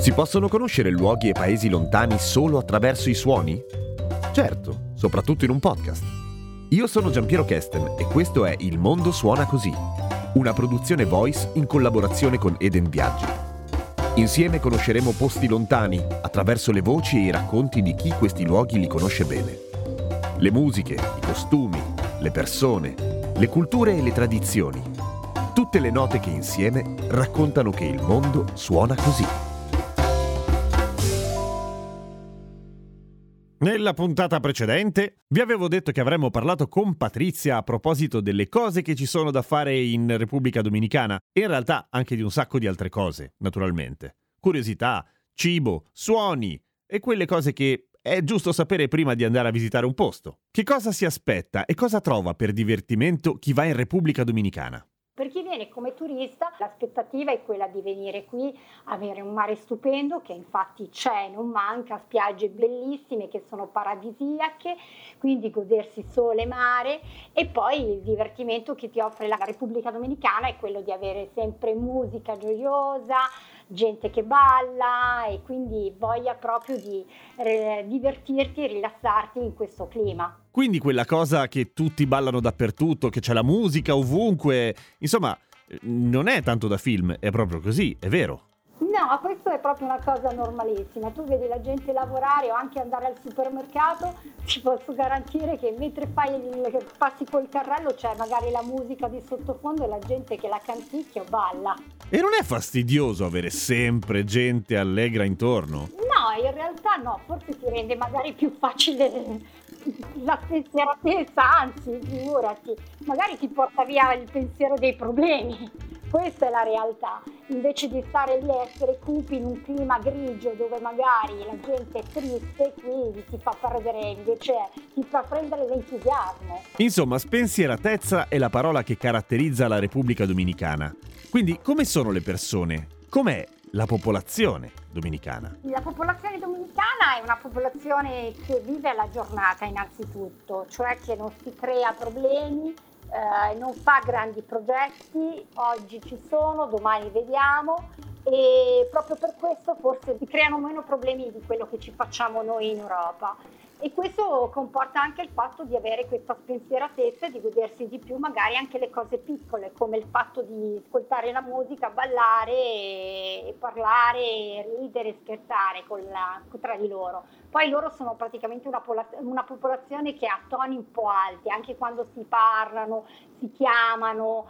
Si possono conoscere luoghi e paesi lontani solo attraverso i suoni? Certo, soprattutto in un podcast. Io sono Giampiero Kesten e questo è Il Mondo Suona Così, una produzione Voice in collaborazione con Eden Viaggi. Insieme conosceremo posti lontani attraverso le voci e i racconti di chi questi luoghi li conosce bene. Le musiche, i costumi, le persone, le culture e le tradizioni. Tutte le note che insieme raccontano che il mondo suona così. Nella puntata precedente vi avevo detto che avremmo parlato con Patrizia a proposito delle cose che ci sono da fare in Repubblica Dominicana e in realtà anche di un sacco di altre cose, naturalmente. Curiosità, cibo, suoni e quelle cose che è giusto sapere prima di andare a visitare un posto. Che cosa si aspetta e cosa trova per divertimento chi va in Repubblica Dominicana? Per chi viene come turista, l'aspettativa è quella di venire qui, avere un mare stupendo, che infatti c'è, non manca, spiagge bellissime che sono paradisiache, quindi godersi sole e mare, e poi il divertimento che ti offre la Repubblica Dominicana è quello di avere sempre musica gioiosa, gente che balla e quindi voglia proprio di divertirti e rilassarti in questo clima. Quindi quella cosa che tutti ballano dappertutto, che c'è la musica ovunque, insomma, non è tanto da film, è proprio così, è vero? No, questo è proprio una cosa normalissima. Tu vedi la gente lavorare o anche andare al supermercato, ti posso garantire che mentre passi col carrello c'è magari la musica di sottofondo e la gente che la canticchia o balla. E non è fastidioso avere sempre gente allegra intorno? No, in realtà no, forse ti rende magari più facile la spensieratezza, anzi, figurati, magari ti porta via il pensiero dei problemi. Questa è la realtà, invece di stare lì a essere cupi in un clima grigio dove magari la gente è triste, qui ti fa perdere, invece ti fa prendere l'entusiasmo. Insomma, spensieratezza è la parola che caratterizza la Repubblica Dominicana. Quindi, come sono le persone? Com'è la popolazione dominicana? La popolazione dominicana è una popolazione che vive alla giornata innanzitutto, cioè che non si crea problemi, non fa grandi progetti, oggi ci sono, domani vediamo, e proprio per questo forse si creano meno problemi di quello che ci facciamo noi in Europa. E questo comporta anche il fatto di avere questa spensieratezza e di godersi di più magari anche le cose piccole, come il fatto di ascoltare la musica, ballare e parlare, ridere, scherzare tra di loro. Poi loro sono praticamente una popolazione che ha toni un po' alti, anche quando si parlano, si chiamano,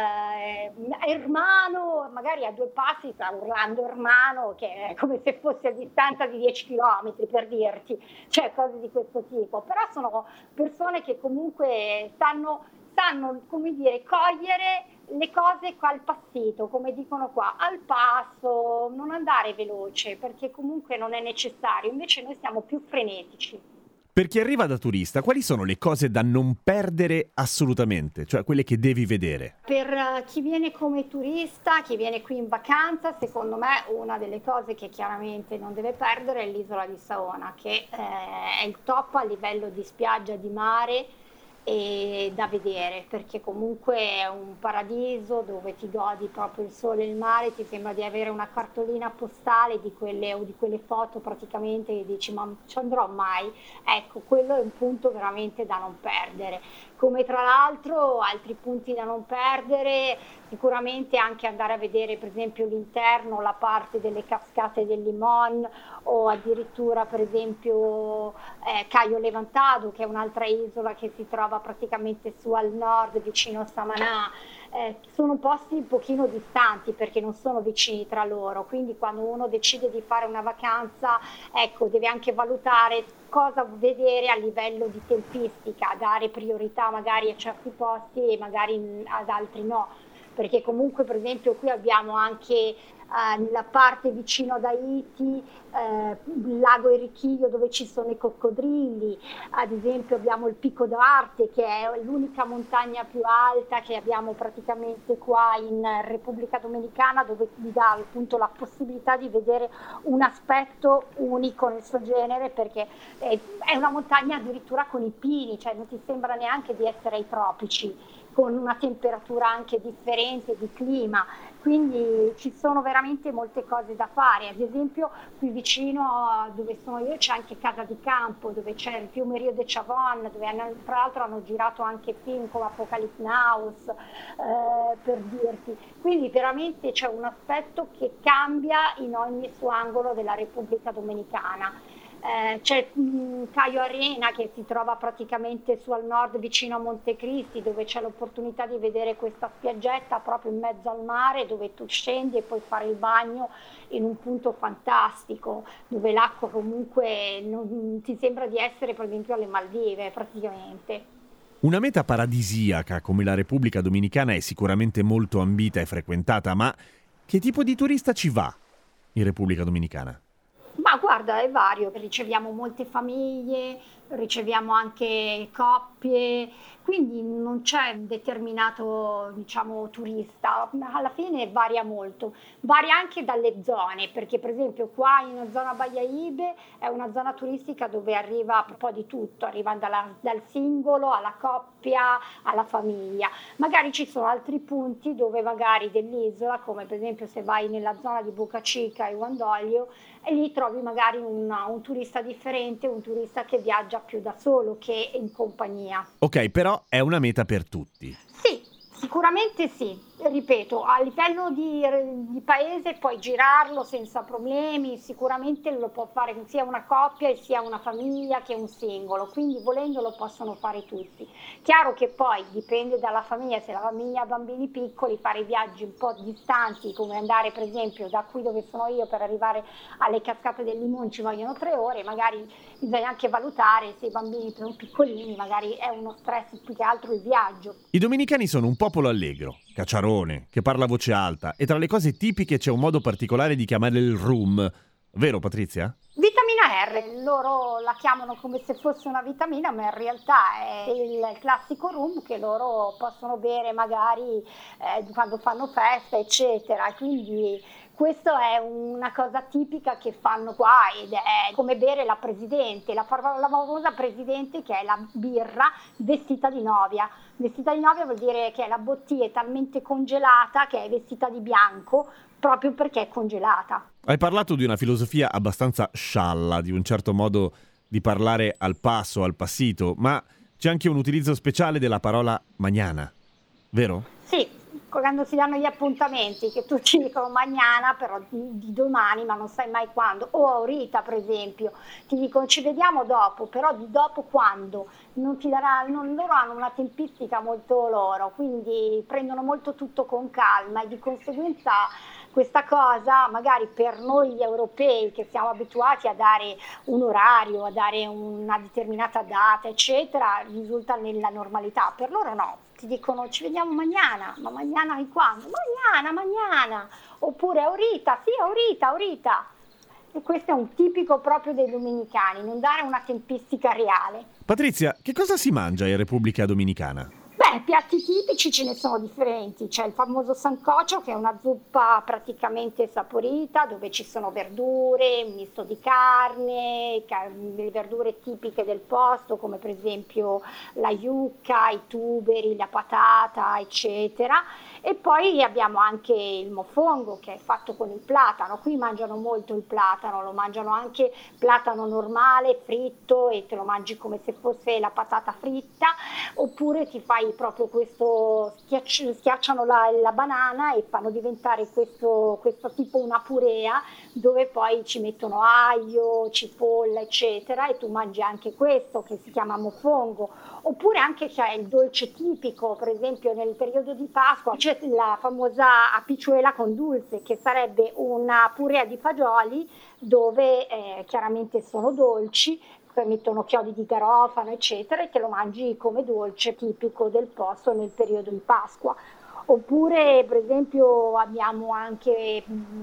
hermano, magari a due passi sta urlando hermano, che è come se fosse a distanza di 10 chilometri per dirti, cioè cose di questo tipo. Però sono persone che comunque sanno come dire, cogliere le cose al passito, come dicono qua, al passo, non andare veloce, perché comunque non è necessario, invece noi siamo più frenetici. Per chi arriva da turista, quali sono le cose da non perdere assolutamente, cioè quelle che devi vedere? Per chi viene come turista, chi viene qui in vacanza, secondo me una delle cose che chiaramente non deve perdere è l'isola di Saona, che è il top a livello di spiaggia, di mare, e da vedere, perché comunque è un paradiso dove ti godi proprio il sole e il mare, ti sembra di avere una cartolina postale di quelle foto praticamente e dici ma ci andrò mai? Ecco, quello è un punto veramente da non perdere. Come tra l'altro altri punti da non perdere, sicuramente anche andare a vedere per esempio l'interno, la parte delle cascate del Limón o addirittura per esempio Cayo Levantado, che è un'altra isola che si trova praticamente su al nord vicino a Samaná. Sono posti un pochino distanti perché non sono vicini tra loro, quindi quando uno decide di fare una vacanza, ecco, deve anche valutare cosa vedere a livello di tempistica, dare priorità magari a certi posti e magari ad altri no, perché comunque per esempio qui abbiamo anche nella parte vicino ad Haiti il lago Enriquillo dove ci sono i coccodrilli, ad esempio abbiamo il Pico d'Arte che è l'unica montagna più alta che abbiamo praticamente qua in Repubblica Dominicana, dove ti dà appunto la possibilità di vedere un aspetto unico nel suo genere, perché è una montagna addirittura con i pini, cioè non ti sembra neanche di essere ai tropici. con una temperatura anche differente di clima, quindi ci sono veramente molte cose da fare. Ad esempio qui vicino a dove sono io c'è anche Casa di Campo, dove c'è il fiume Rio de Chavon, dove tra l'altro hanno girato anche film come Apocalypse Now, per dirti. Quindi veramente c'è un aspetto che cambia in ogni suo angolo della Repubblica Dominicana. C'è Caio Arena che si trova praticamente su al nord vicino a Montecristi, dove c'è l'opportunità di vedere questa spiaggetta proprio in mezzo al mare, dove tu scendi e puoi fare il bagno in un punto fantastico, dove l'acqua comunque non ti sembra di essere per esempio alle Maldive praticamente. Una meta paradisiaca come la Repubblica Dominicana è sicuramente molto ambita e frequentata, ma che tipo di turista ci va in Repubblica Dominicana? Ma guarda, è vario, riceviamo molte famiglie, riceviamo anche coppie, quindi non c'è un determinato, diciamo, turista, alla fine varia molto, varia anche dalle zone, perché per esempio qua in zona Baia Ibe è una zona turistica dove arriva un po' di tutto, arriva dal singolo alla coppia, alla famiglia. Magari ci sono altri punti dove magari dell'isola, come per esempio se vai nella zona di Boca Chica e Uandolio, e lì trovi magari un turista differente, un turista che viaggia più da solo che in compagnia. Ok, però è una meta per tutti. Sì, sicuramente sì. Ripeto, a livello di paese puoi girarlo senza problemi, sicuramente lo può fare sia una coppia e sia una famiglia che un singolo, quindi volendo lo possono fare tutti. Chiaro che poi dipende dalla famiglia, se la famiglia ha bambini piccoli, fare viaggi un po' distanti, come andare per esempio da qui dove sono io per arrivare alle cascate del Limon ci vogliono 3 ore, magari bisogna anche valutare se i bambini sono piccolini, magari è uno stress più che altro il viaggio. I dominicani sono un popolo allegro, cacciarone, che parla a voce alta, e tra le cose tipiche c'è un modo particolare di chiamare il rum. Vero, Patrizia? Vitamina R, loro la chiamano come se fosse una vitamina, ma in realtà è il classico rum che loro possono bere magari quando fanno festa, eccetera. Quindi questo è una cosa tipica che fanno qua ed è come bere la Presidente, la famosa Presidente, che è la birra vestita di novia. Vestita di novia vuol dire che la bottiglia è talmente congelata che è vestita di bianco proprio perché è congelata. Hai parlato di una filosofia abbastanza scialla, di un certo modo di parlare al passo, al passito, ma c'è anche un utilizzo speciale della parola mañana, vero? Sì, quando si danno gli appuntamenti, che tutti dicono mañana, però di domani, ma non sai mai quando. O ahorita, per esempio, ti dicono ci vediamo dopo, però di dopo quando? Non ti loro hanno una tempistica molto loro, quindi prendono molto tutto con calma e di conseguenza questa cosa magari per noi gli europei che siamo abituati a dare un orario, a dare una determinata data, eccetera, risulta nella normalità. Per loro no, ti dicono ci vediamo mañana, ma mañana di quando? Mañana, oppure ahorita, sì, ahorita. E questo è un tipico proprio dei dominicani, non dare una tempistica reale. Patrizia, che cosa si mangia in Repubblica Dominicana? Beh, piatti tipici ce ne sono differenti, c'è il famoso sancocho che è una zuppa praticamente saporita dove ci sono verdure, un misto di carne, le verdure tipiche del posto come per esempio la yucca, i tuberi, la patata, eccetera. E poi abbiamo anche il mofongo che è fatto con il platano, qui mangiano molto il platano, lo mangiano anche platano normale, fritto e te lo mangi come se fosse la patata fritta, oppure ti fai proprio questo, schiacciano la banana e fanno diventare questo tipo una purea dove poi ci mettono aglio, cipolla eccetera e tu mangi anche questo che si chiama mofongo. Oppure anche c'è il dolce tipico, per esempio nel periodo di Pasqua c'è la famosa apicciuela con dulce che sarebbe una purea di fagioli dove chiaramente sono dolci, mettono chiodi di garofano eccetera e te lo mangi come dolce tipico del posto nel periodo di Pasqua. Oppure per esempio abbiamo anche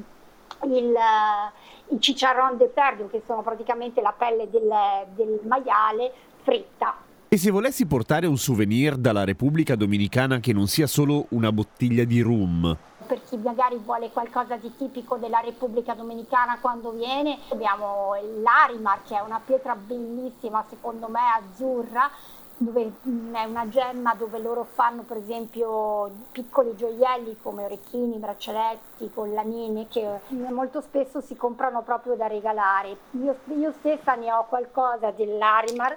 i chicharrón de cerdo che sono praticamente la pelle del maiale fritta. E se volessi portare un souvenir dalla Repubblica Dominicana che non sia solo una bottiglia di rum? Per chi magari vuole qualcosa di tipico della Repubblica Dominicana quando viene, abbiamo l'Arimar che è una pietra bellissima, secondo me azzurra, dove è una gemma dove loro fanno per esempio piccoli gioielli come orecchini, braccialetti, collanine che molto spesso si comprano proprio da regalare. Io stessa ne ho qualcosa dell'Arimar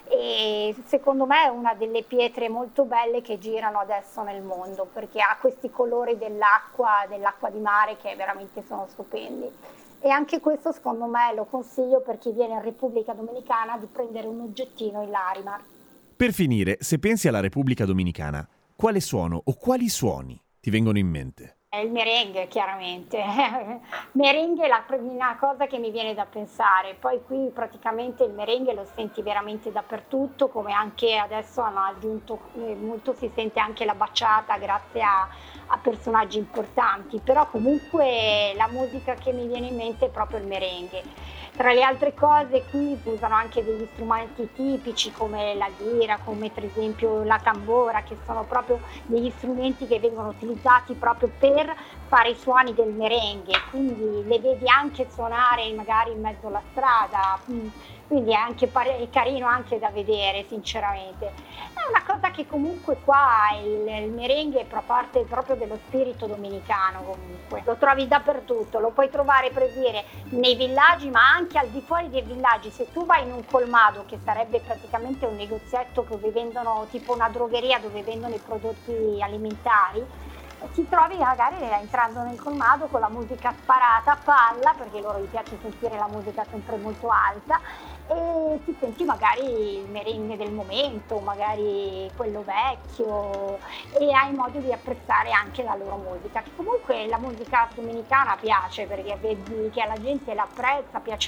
e secondo me è una delle pietre molto belle che girano adesso nel mondo, perché ha questi colori dell'acqua di mare che veramente sono stupendi. E anche questo secondo me lo consiglio per chi viene in Repubblica Dominicana di prendere un oggettino in Larimar. Per finire, se pensi alla Repubblica Dominicana, quale suono o quali suoni ti vengono in mente? Il merengue, chiaramente. Merengue è la prima cosa che mi viene da pensare. Poi qui praticamente il merengue lo senti veramente dappertutto, come anche adesso hanno aggiunto, molto si sente anche la bachata grazie a personaggi importanti. Però comunque la musica che mi viene in mente è proprio il merengue. Tra le altre cose qui usano anche degli strumenti tipici come la lira, come per esempio la tambora, che sono proprio degli strumenti che vengono utilizzati proprio per fare i suoni del merengue, quindi le vedi anche suonare magari in mezzo alla strada, quindi è anche carino anche da vedere sinceramente. È una cosa che comunque qua il merengue fa parte proprio dello spirito dominicano, comunque lo trovi dappertutto, lo puoi trovare per dire nei villaggi ma anche al di fuori dei villaggi. Se tu vai in un colmado, che sarebbe praticamente un negozietto dove vendono tipo una drogheria dove vendono i prodotti alimentari, ti trovi magari entrando nel colmado con la musica sparata a palla, perché loro gli piace sentire la musica sempre molto alta, e ti senti magari il merengue del momento, magari quello vecchio, e hai modo di apprezzare anche la loro musica, che comunque la musica dominicana piace, perché vedi che alla gente l'apprezza, piace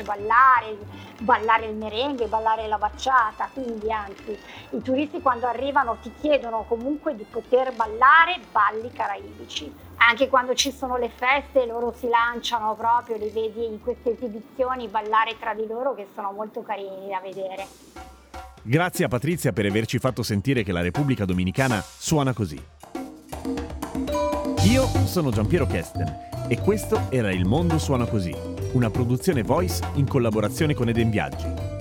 ballare il merengue, ballare la bachata, quindi anzi i turisti quando arrivano ti chiedono comunque di poter ballare balli caraibici. Anche quando ci sono le feste loro si lanciano proprio, li vedi in queste esibizioni ballare tra di loro che sono molto carini da vedere. Grazie a Patrizia per averci fatto sentire che la Repubblica Dominicana suona così. Io sono Giampiero Kesten e questo era Il Mondo Suona Così, una produzione Voice in collaborazione con Eden Viaggi.